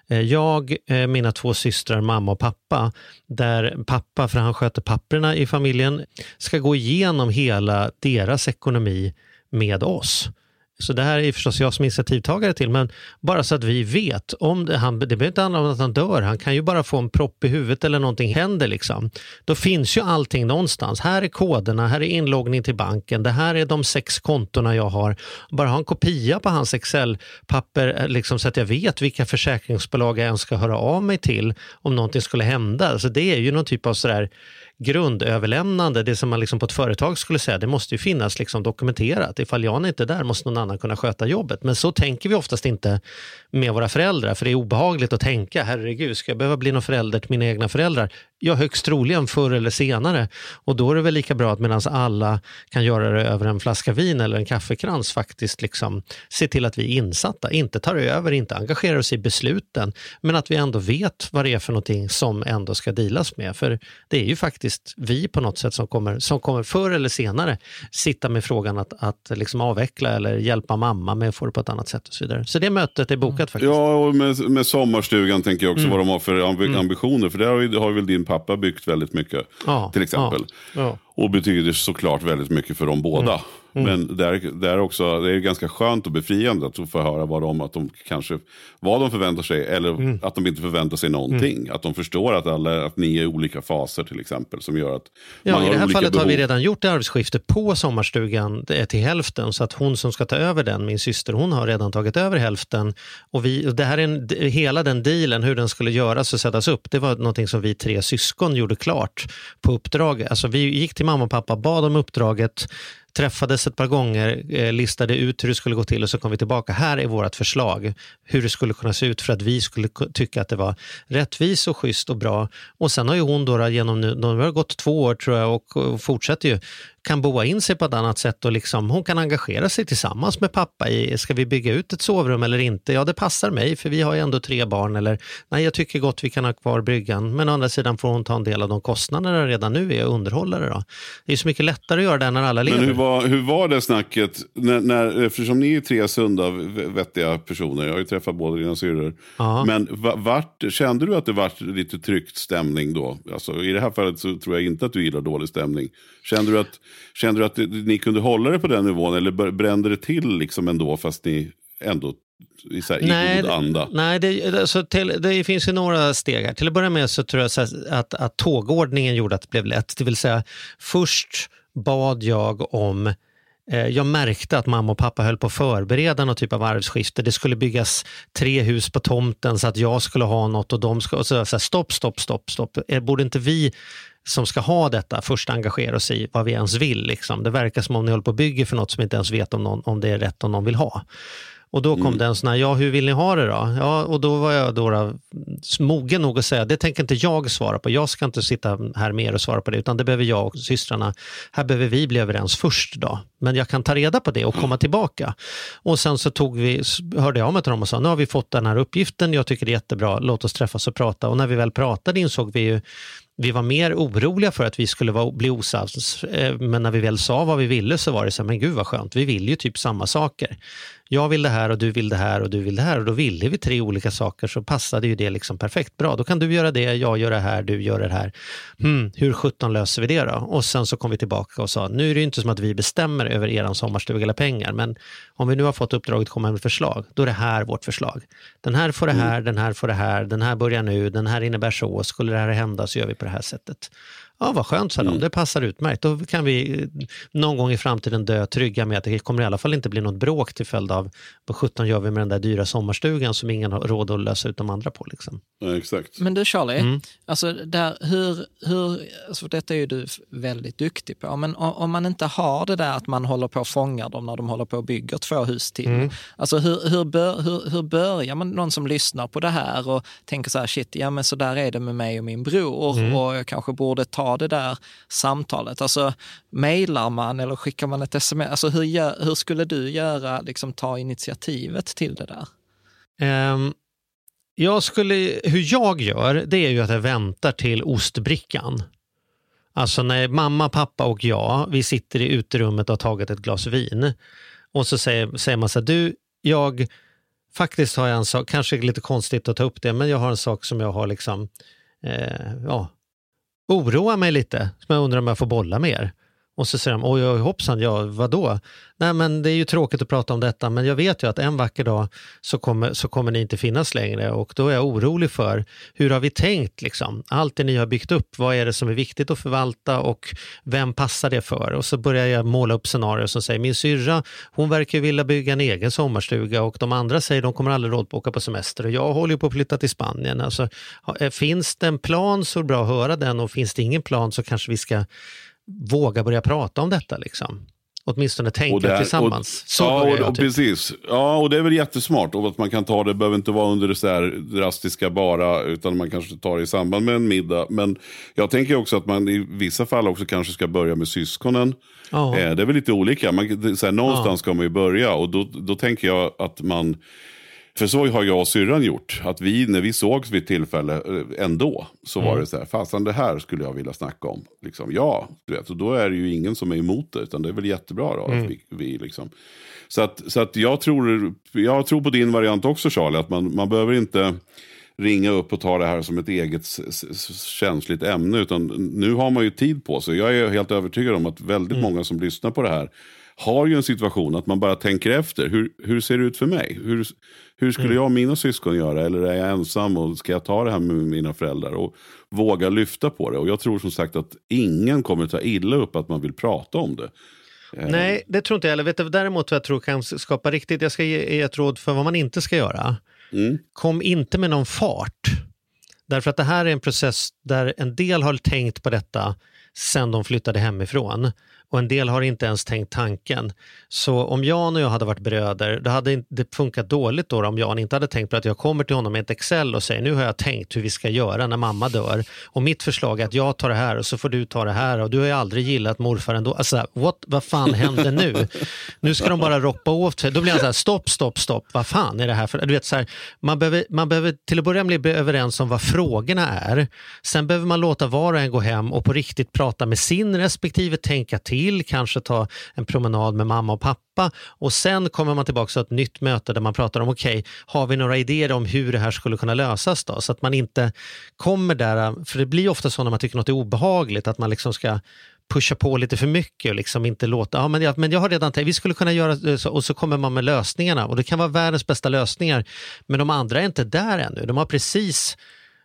Jag, mina två systrar, mamma och pappa, där pappa, för han sköter papperna i familjen, ska gå igenom hela deras ekonomi med oss. Så det här är förstås jag som initiativtagare till, men bara så att vi vet om det, han, det behöver inte handla om att han dör, han kan ju bara få en propp i huvudet eller någonting händer liksom. Då finns ju allting någonstans. Här är koderna, här är inloggning till banken, det här är de sex kontona jag har. Bara ha en kopia på hans Excel-papper liksom, så att jag vet vilka försäkringsbolag jag ens ska höra av mig till om någonting skulle hända. Så det är ju någon typ av sådär grundöverlämnande, det som man liksom på ett företag skulle säga, det måste ju finnas liksom dokumenterat. Ifall jag inte är där måste någon annan kunna sköta jobbet. Men så tänker vi oftast inte med våra föräldrar, för det är obehagligt att tänka, herregud, ska jag behöva bli någon förälder till mina egna föräldrar? Ja, högst troligen förr eller senare. Och då är det väl lika bra att medan alla kan göra det över en flaska vin eller en kaffekrans faktiskt liksom se till att vi är insatta, inte tar över, inte engagerar oss i besluten, men att vi ändå vet vad det är för någonting som ändå ska dealas med. För det är ju faktiskt vi på något sätt som kommer, som kommer förr eller senare sitta med frågan att, att liksom avveckla eller hjälpa mamma med att få det på ett annat sätt och så vidare. Så det mötet är bokat faktiskt. Ja, och med, med sommarstugan tänker jag också mm. vad de har för ambitioner, mm. för där har, ju, har väl din pappa byggt väldigt mycket, ja, till exempel. Ja, ja. Och betyder såklart väldigt mycket för dem båda. Mm. Mm. Men där, där också, det är ganska skönt och befriande att få höra vad de, att de kanske, vad de förväntar sig, eller mm. att de inte förväntar sig någonting. Mm. Att de förstår att, alla, att ni är i olika faser till exempel, som gör att ja, man har i det här fallet behov. Har vi redan gjort arvsskifte på sommarstugan, det är till hälften, så att hon som ska ta över den, min syster, hon har redan tagit över hälften. Och, vi, och det här är en, hela den dealen, hur den skulle göras och sättas upp, det var någonting som vi tre syskon gjorde klart på uppdrag. Alltså vi gick till mamma och pappa, bad om uppdraget, träffades ett par gånger, eh, listade ut hur det skulle gå till och så kom vi tillbaka. Här är vårt förslag, hur det skulle kunna se ut för att vi skulle tycka att det var rättvis och schysst och bra. Och sen har ju hon då genom nu, de har gått två år tror jag och, och fortsätter ju, kan boa in sig på ett annat sätt och liksom, hon kan engagera sig tillsammans med pappa i, ska vi bygga ut ett sovrum eller inte? Ja, det passar mig för vi har ju ändå tre barn, eller nej, jag tycker gott vi kan ha kvar bryggan, men å andra sidan får hon ta en del av de kostnaderna redan nu är underhållare då. Det är så mycket lättare att göra det när alla lever. Men hur var, hur var det snacket, när, när, eftersom ni är tre sunda vettiga personer, jag har ju träffat båda dina syrror, men vart, kände du att det var lite tryckt stämning då? Alltså, i det här fallet så tror jag inte att du gillar dålig stämning. Kände du att, kände du att ni kunde hålla det på den nivån, eller brände det till liksom ändå, fast ni ändå i, så här, nej, i god anda? Nej, det, alltså, till, det finns ju några steg här. Till att börja med så tror jag så att, att tågordningen gjorde att det blev lätt. Det vill säga, först bad jag om, eh, jag märkte att mamma och pappa höll på att förbereda någon typ av arvsskifte. Det skulle byggas tre hus på tomten så att jag skulle ha något och de skulle, och så, så här, stopp, stopp, stopp, stopp. Borde inte vi som ska ha detta först engagera oss i vad vi ens vill liksom? Det verkar som om ni håller på att bygga för något som inte ens vet om, någon, om det är rätt om någon vill ha. Och då kom Mm. den sån här, ja hur vill ni ha det då? Ja, och då var jag då, då mogen nog att säga, det tänker inte jag svara på. Jag ska inte sitta här mer och svara på det, utan det behöver jag och systrarna. Här behöver vi bli överens först då. Men jag kan ta reda på det och komma tillbaka. Och sen så tog vi, hörde jag med till dem och sa, nu har vi fått den här uppgiften, jag tycker det är jättebra, låt oss träffas och prata. Och när vi väl pratade insåg vi ju, vi var mer oroliga för att vi skulle vara, bli osams, men när vi väl sa vad vi ville så var det så här, men gud vad skönt, vi vill ju typ samma saker. Jag vill det här och du vill det här och du vill det här, och då ville vi tre olika saker, så passade ju det liksom perfekt bra. Då kan du göra det, jag gör det här, du gör det här. Hmm, hur sjutton löser vi det då? Och sen så kom vi tillbaka och sa, nu är det ju inte som att vi bestämmer över eran sommarstuga eller pengar, men om vi nu har fått uppdraget att komma med förslag, då är det här vårt förslag. Den här får det här, mm. den här får det här, den här börjar nu, den här innebär så, skulle det här hända så gör vi på det här sättet. Ja, vad skönt, sa de. Mm. Det passar utmärkt. Då kan vi någon gång i framtiden dö trygga med att det kommer i alla fall inte bli något bråk till följd av vad sjutton gör vi med den där dyra sommarstugan som ingen har råd att lösa ut de andra på. Liksom. Ja, exakt. Men du Charlie, Mm. alltså där, hur, hur, alltså detta är ju du väldigt duktig på, men om, om man inte har det där att man håller på att fånga dem när de håller på att bygga två hus till. Mm. Alltså hur, hur, bör, hur, hur börjar man, någon som lyssnar på det här och tänker så här, shit, ja men så där är det med mig och min bror mm. och jag kanske borde ta det där samtalet. Alltså mejlar man eller skickar man ett sms? Alltså hur, gör, hur skulle du göra, liksom ta initiativet till det där? Um, jag skulle, hur jag gör, det är ju att jag väntar till ostbrickan. Alltså när mamma, pappa och jag, vi sitter i uterummet och har tagit ett glas vin. Och så säger, säger man så här, du, jag, faktiskt har jag en sak, kanske lite konstigt att ta upp det, men jag har en sak som jag har liksom, eh, ja, oroar mig lite, som jag undrar om jag får bolla med er. Och så säger de, oj, oj hoppsan, ja, vadå? Nej, men det är ju tråkigt att prata om detta, men jag vet ju att en vacker dag så kommer, så kommer ni inte finnas längre, och då är jag orolig för, hur har vi tänkt liksom? Allt det ni har byggt upp, vad är det som är viktigt att förvalta och vem passar det för? Och så börjar jag måla upp scenarier som säger, min syrra, hon verkar vilja bygga en egen sommarstuga, och de andra säger, de kommer aldrig råd på att åka på semester, och jag håller ju på att flytta till Spanien. Alltså, finns det en plan så är det bra att höra den, och finns det ingen plan så kanske vi ska våga börja prata om detta liksom. Åtminstone tänka där, tillsammans. Och, så ja, och, jag, och typ. precis. Ja, och det är väl jättesmart. Och att man kan ta det, behöver inte vara under det så här drastiska bara, utan man kanske tar det i samband med en middag. Men jag tänker också att man i vissa fall också kanske ska börja med syskonen. Ja. Eh, det är väl lite olika. Man, så här, någonstans ja. ska man ju börja, och då, då tänker jag att man... För så har jag och syrran gjort, att vi, när vi sågs vid tillfälle ändå, så var mm. det så här, fasen det här skulle jag vilja snacka om. Liksom, ja, du vet, och då är det ju ingen som är emot det, utan det är väl jättebra då. Mm. Att vi, vi liksom. Så att, så att jag, tror, jag tror på din variant också, Charlie, att man, man behöver inte ringa upp och ta det här som ett eget s- s- känsligt ämne, utan nu har man ju tid på sig. Jag är helt övertygad om att väldigt mm. många som lyssnar på det här har ju en situation att man bara tänker efter. Hur, hur ser det ut för mig? Hur, hur skulle jag och mina syskon göra? Eller är jag ensam och ska jag ta det här med mina föräldrar? Och våga lyfta på det. Och jag tror som sagt att ingen kommer ta illa upp att man vill prata om det. Nej, det tror inte jag. Eller vet du, däremot vad jag tror kan skapa riktigt. Jag ska ge ett råd för vad man inte ska göra. Mm. Kom inte med någon fart. Därför att det här är en process där en del har tänkt på detta sen de flyttade hemifrån. Och en del har inte ens tänkt tanken. Så om Jan och jag hade varit bröder, då hade det funkat dåligt då om Jan inte hade tänkt på att jag kommer till honom med ett Excel och säger, nu har jag tänkt hur vi ska göra när mamma dör. Och mitt förslag är att jag tar det här och så får du ta det här. Och du har ju aldrig gillat morfar ändå. Alltså, what, vad fan händer nu? Nu ska de bara roppa åt sig. Då blir jag så här, stopp, stopp, stopp. Vad fan är det här för? Du vet, så här, man, behöver, man behöver till att börja med bli överens om vad frågorna är. Sen behöver man låta var och en gå hem och på riktigt prata med sin respektive, tänka till. Till, kanske ta en promenad med mamma och pappa, och sen kommer man tillbaka till ett nytt möte där man pratar om, okej, okay, har vi några idéer om hur det här skulle kunna lösas då? Så att man inte kommer där, för det blir ofta så när man tycker något är obehagligt, att man liksom ska pusha på lite för mycket och liksom inte låta, ja men jag, men jag har redan tänkt, vi skulle kunna göra så, och så kommer man med lösningarna, och det kan vara världens bästa lösningar, men de andra är inte där ännu, de har precis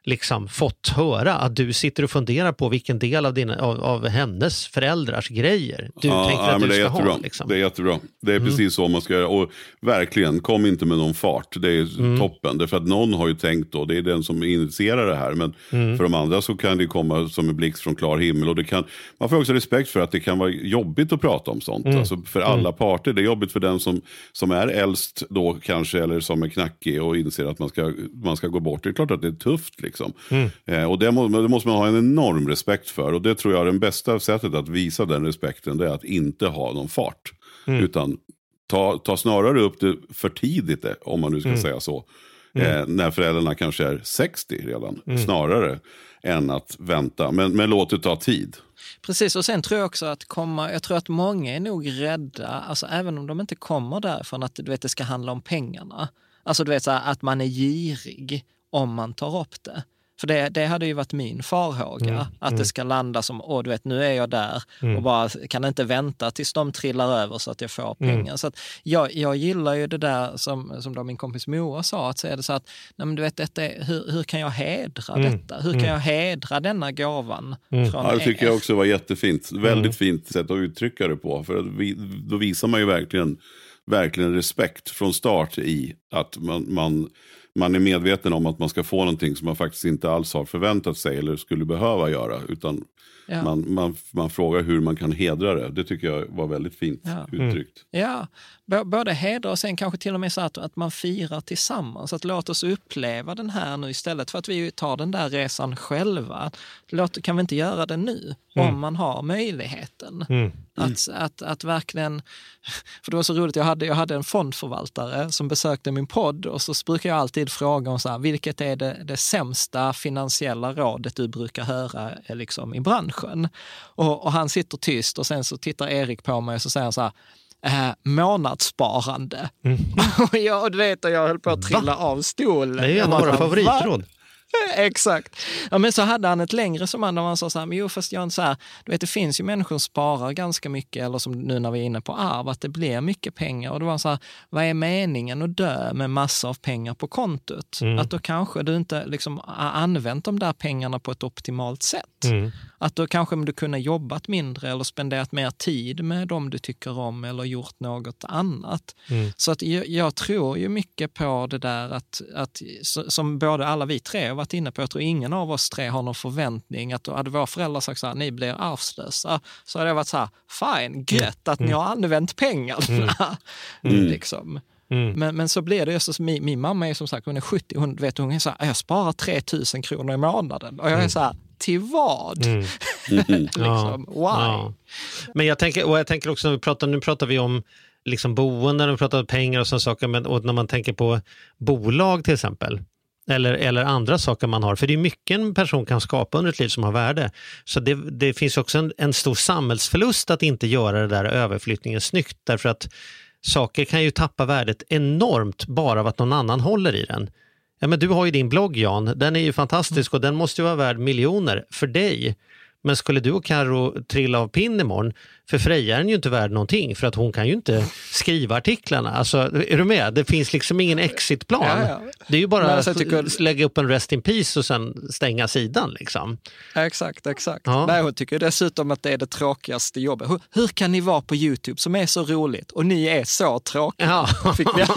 liksom fått höra att du sitter och funderar på vilken del av, dina, av, av hennes föräldrars grejer du ja, tänker ja, att men du det är ska jättebra. ha. Liksom. Det är jättebra. Det är mm. precis så man ska göra. Och verkligen, kom inte med någon fart. Det är mm. toppen. Därför att någon har ju tänkt då, det är den som initierar det här. Men mm. för de andra så kan det komma som en blixt från klar himmel. Och det kan, man får också respekt för att det kan vara jobbigt att prata om sånt. Mm. Alltså för alla mm. parter. Det är jobbigt för den som, som är äldst då kanske, eller som är knackig och inser att man ska, man ska gå bort. Det är klart att det är tufft liksom. Mm. Eh, och det, må, det måste man ha en enorm respekt för. Och det tror jag är det bästa sättet att visa den respekten, det är att inte ha någon fart. Mm. Utan ta, ta snarare upp det för tidigt, om man nu ska mm. säga så. Mm. Eh, när föräldrarna kanske är sextio redan. Mm. Snarare än att vänta. Men, men låt det ta tid. Precis, och sen tror jag också att komma, jag tror att många är nog rädda, alltså även om de inte kommer därifrån att du vet, det ska handla om pengarna. Alltså du vet så här, att man är girig om man tar upp det. För det, det hade ju varit min farhåga, mm, att mm. det ska landa som, åh du vet, nu är jag där mm. och bara kan inte vänta tills de trillar över så att jag får pengar. Mm. Så att jag, jag gillar ju det där som, som då min kompis Moa sa, att säga det så att, nej men du vet, detta är, hur, hur kan jag hedra mm. detta? Hur kan mm. jag hedra denna gåvan? Mm. Från ja, det tycker er? jag också var jättefint. Väldigt mm. fint sätt att uttrycka det på. För vi, då visar man ju verkligen, verkligen respekt från start i att man... man Man är medveten om att man ska få någonting som man faktiskt inte alls har förväntat sig eller skulle behöva göra. Utan ja. man, man, man frågar hur man kan hedra det. Det tycker jag var väldigt fint ja. uttryckt. Mm. Ja, B- både hedra och sen kanske till och med så att, att man firar tillsammans. Att låt oss uppleva den här nu istället för att vi tar den där resan själva. Låt, kan vi inte göra det nu mm. om man har möjligheten? Mm. Att, att, att verkligen, för det var så roligt, jag hade, jag hade en fondförvaltare som besökte min podd och så brukar jag alltid fråga om så här, vilket är det, det sämsta finansiella rådet du brukar höra liksom, i branschen? Och, och han sitter tyst och sen så tittar Erik på mig och så säger han så här, Eh, månadssparande. Mm. och jag, du vet, jag höll på att trilla Va? av stolen. Det är ju en av våra favoritråd. Exakt. Ja, men så hade han ett längre som han, där han sa så här, men jo fast jag så här, du vet det finns ju människor som sparar ganska mycket, eller som nu när vi är inne på arv, att det blir mycket pengar. Och då var han så här, vad är meningen att dö med massa av pengar på kontot? Mm. Att då kanske du inte liksom har använt de där pengarna på ett optimalt sätt. Mm. Att då kanske du kunde jobbat mindre eller spenderat mer tid med dem du tycker om eller gjort något annat. Mm. Så att jag, jag tror ju mycket på det där att, att som både alla vi tre har varit inne på, jag tror ingen av oss tre har någon förväntning att då hade våra föräldrar sagt så här, ni blir arvslösa, så hade det varit så här, fine, gött att mm. ni har använt pengarna. Mm. Mm. liksom. Mm. Men, men så blir det ju så, min, min mamma är som sagt, hon är sjuttio, hon vet hon är så här, jag sparar tre tusen kronor i månaden och jag är mm. så här, till vad? Mm. liksom, why? Ja. Men jag tänker, och jag tänker också, när vi pratar, nu pratar vi om liksom boenden, vi pratar om pengar och sådana saker, men och när man tänker på bolag till exempel, eller, eller andra saker man har, för det är mycket en person kan skapa under ett liv som har värde. Så det, det finns också en, en stor samhällsförlust att inte göra det där överflyttningen snyggt, därför att saker kan ju tappa värdet enormt bara av att någon annan håller i den. Ja, men du har ju din blogg, Jan. Den är ju fantastisk och den måste ju vara värd miljoner för dig. Men skulle du och Karo trilla av pinn imorgon, för Freja är den ju inte värd någonting, för att hon kan ju inte skriva artiklarna. Alltså, är du med? Det finns liksom ingen exitplan. Ja, ja. Det är ju bara att tycker... lägga upp en rest in peace och sen stänga sidan liksom. Ja, exakt, exakt. Ja. Nej, hon tycker dessutom att det är det tråkigaste jobbet. Hur, hur kan ni vara på YouTube som är så roligt och ni är så tråkiga? Ja. Fick vi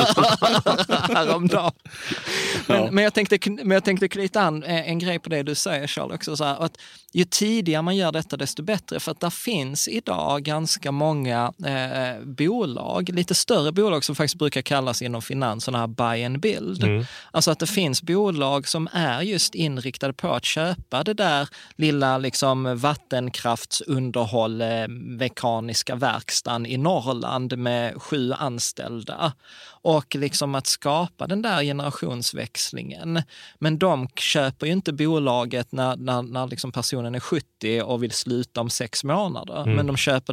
häromdagen. Men, ja. men, jag tänkte, men jag tänkte knyta an en grej på det du säger, Charles, också så här, att ju tidigare man gör detta desto bättre, för att det finns idag ganska många eh, bolag, lite större bolag som faktiskt brukar kallas inom finans sådana här buy and build. Mm. Alltså att det finns bolag som är just inriktade på att köpa det där lilla liksom vattenkraftsunderhåll, eh, mekaniska verkstaden i Norrland med sju anställda. Och liksom att skapa den där generationsväxlingen. Men de köper ju inte bolaget när, när, när liksom personen är sjuttio och vill sluta om sex månader. Mm. Men de köper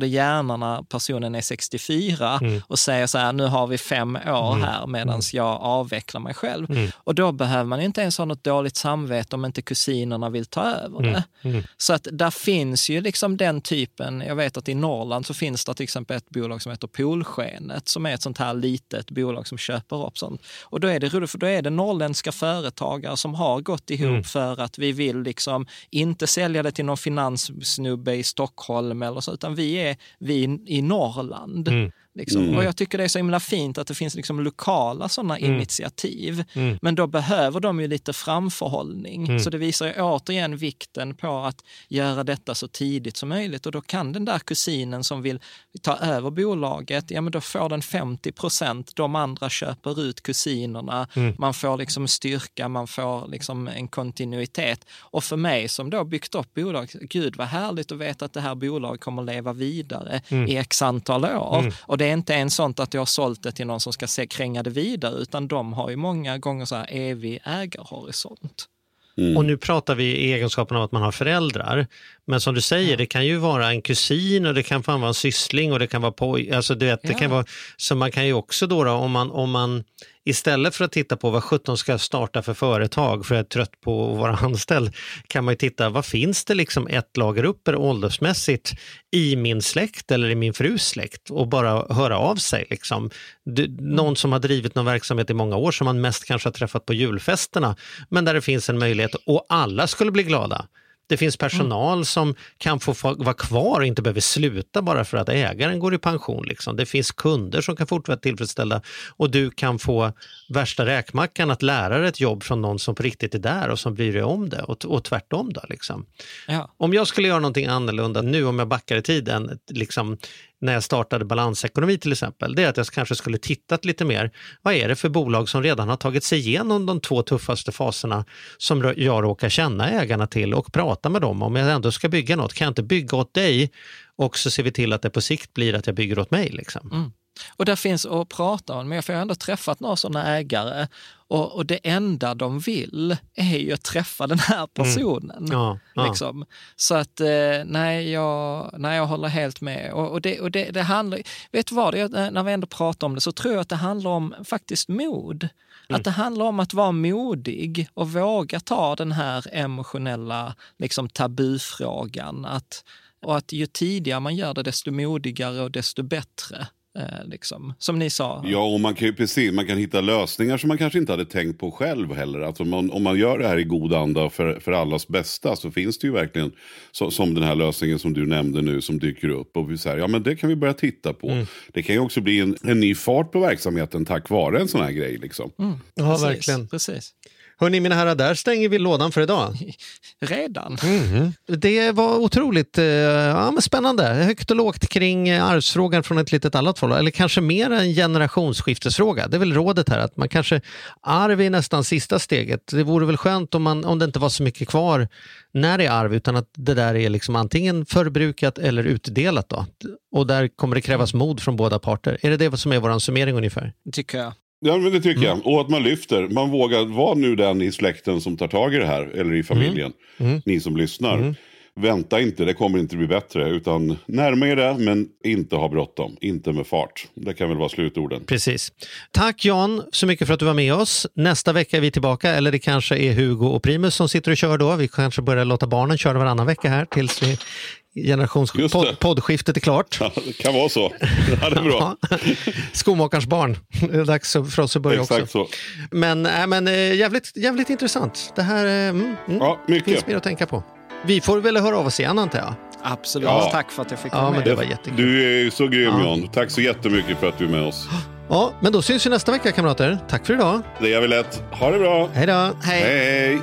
det gärna när personen är sextiofyra mm. och säger så här, nu har vi fem år mm. här medan mm. jag avvecklar mig själv. Mm. Och då behöver man inte ens ha något dåligt samvete om inte kusinerna vill ta över mm. det. Mm. Så att där finns ju liksom den typen, jag vet att i Norrland så finns det till exempel ett bolag som heter Polskenet som är ett sånt här litet bolag som köper upp sånt. Och då är det roligt, för då är det norrländska företagare som har gått ihop mm. för att vi vill liksom inte sälja det till någon finanssnubbe i Stockholm eller så, utan vi är vi i Norrland. Mm. Liksom. Mm. Och jag tycker det är så himla fint att det finns liksom lokala sådana mm. initiativ. Mm. Men då behöver de ju lite framförhållning. Mm. Så det visar ju återigen vikten på att göra detta så tidigt som möjligt. Och då kan den där kusinen som vill ta över bolaget, ja men då får den femtio procent. De andra köper ut kusinerna. Mm. Man får liksom styrka, man får liksom en kontinuitet. Och för mig som då byggt upp bolag, gud vad härligt att veta att det här bolaget kommer leva vidare mm. i x antal år. Mm. Och det är inte en sånt att jag har sålt det till någon som ska se kränga det vidare, utan de har ju många gånger så här evig ägarhorisont. Mm. Och nu pratar vi i egenskapen av att man har föräldrar. Men som du säger, ja. det kan ju vara en kusin och det kan vara en syssling och det kan vara poj. Alltså du vet, ja. det kan vara, så man kan ju också då, då om man, om man istället för att titta på vad sjutton ska starta för företag för att jag är trött på att vara anställd, kan man ju titta, vad finns det liksom ett lager upper åldersmässigt i min släkt eller i min frus släkt och bara höra av sig liksom. Du, någon som har drivit någon verksamhet i många år som man mest kanske har träffat på julfesterna, men där det finns en möjlighet och alla skulle bli glada. Det finns personal mm. som kan få vara kvar och inte behöver sluta bara för att ägaren går i pension. Liksom. Det finns kunder som kan fortsätta tillfredsställa och du kan få värsta räkmackan att lära dig ett jobb från någon som på riktigt är där och som bryr dig om det och, och tvärtom då. Liksom. Ja. Om jag skulle göra någonting annorlunda nu, om jag backar i tiden, liksom, när jag startade balansekonomi till exempel, det är att jag kanske skulle tittat lite mer. Vad är det för bolag som redan har tagit sig igenom de två tuffaste faserna som jag råkar känna ägarna till och prata med dem om jag ändå ska bygga något. Kan jag inte bygga åt dig och så ser vi till att det på sikt blir att jag bygger åt mig liksom. Mm. Och där finns att prata om, men jag har ändå träffat några sådana ägare och, och det enda de vill är ju att träffa den här personen. Mm. Ja, ja. Liksom. Så att eh, nej, jag, nej, jag håller helt med. Och, och, det, och det, det handlar, vet du vad, det, när vi ändå pratar om det så tror jag att det handlar om faktiskt mod. Mm. Att det handlar om att vara modig och våga ta den här emotionella liksom, tabufrågan. Att, och att ju tidigare man gör det, desto modigare och desto bättre. Eh, liksom, som ni sa. Ja, och man kan ju precis, man kan hitta lösningar som man kanske inte hade tänkt på själv heller. Alltså om, man, om man gör det här i god anda för, för allas bästa så finns det ju verkligen så, som den här lösningen som du nämnde nu som dyker upp. Och vi säger, ja men det kan vi börja titta på. Mm. Det kan ju också bli en, en ny fart på verksamheten tack vare en sån här grej liksom. Mm. Ja, precis, verkligen. Precis. Hörrni, mina herrar, där stänger vi lådan för idag. Redan? Mm. Det var otroligt eh, ja, men spännande. Högt och lågt kring arvsfrågan från ett litet annat håll. Eller kanske mer en generationsskiftesfråga. Det är väl rådet här att man kanske arv är nästan sista steget. Det vore väl skönt om, man, om det inte var så mycket kvar när det är arv utan att det där är liksom antingen förbrukat eller utdelat då. Och där kommer det krävas mod från båda parter. Är det det som är vår summering ungefär? Det tycker jag. Ja, men det tycker mm. jag. Och att man lyfter. Man vågar vara nu den i släkten som tar tag i det här. Eller i familjen. Mm. Mm. Ni som lyssnar. Mm. Vänta inte, det kommer inte bli bättre. Utan närma er det, men inte ha bråttom. Inte med fart. Det kan väl vara slutorden. Precis. Tack Jan så mycket för att du var med oss. Nästa vecka är vi tillbaka. Eller det kanske är Hugo och Primus som sitter och kör då. Vi kanske börjar låta barnen köra varannan vecka här. Tills vi... Generationspoddskiftet podd, är klart. Ja, det kan vara så. Ja, det är bra. Skomakarens barn. Det är dags för oss att börja Exakt också. Så. Men, äh, men jävligt, jävligt intressant. Det här mm, ja, mycket. finns mer att tänka på. Vi får väl höra av oss igen antar jag. Absolut. Ja. Tack för att jag fick vara ja, med. Men det var jättekul. Du är så grym ja. Jan. Tack så jättemycket för att du är med oss. Ja, men då syns vi nästa vecka kamrater. Tack för idag. Det gör vi lätt. Ha det bra. Hej då. Hej. Hej.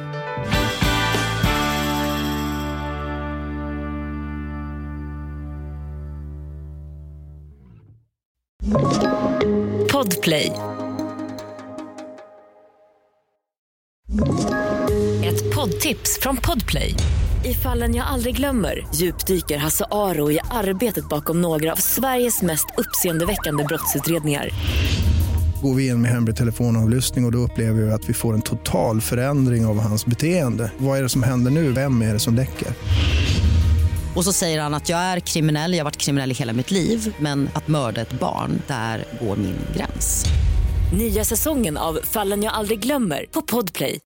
Podplay. Ett poddtips från Podplay. I Fallen jag aldrig glömmer djupdyker Hasse Aro i arbetet bakom några av Sveriges mest uppseendeväckande brottsutredningar. Går vi in med hemlig telefonavlyssning och, och då upplever vi att vi får en total förändring av hans beteende. Vad är det som händer nu? Vem är det som läcker? Och så säger han att jag är kriminell, jag har varit kriminell i hela mitt liv. Men att mörda ett barn, där går min gräns. Nya säsongen av Fallen jag aldrig glömmer på Podplay.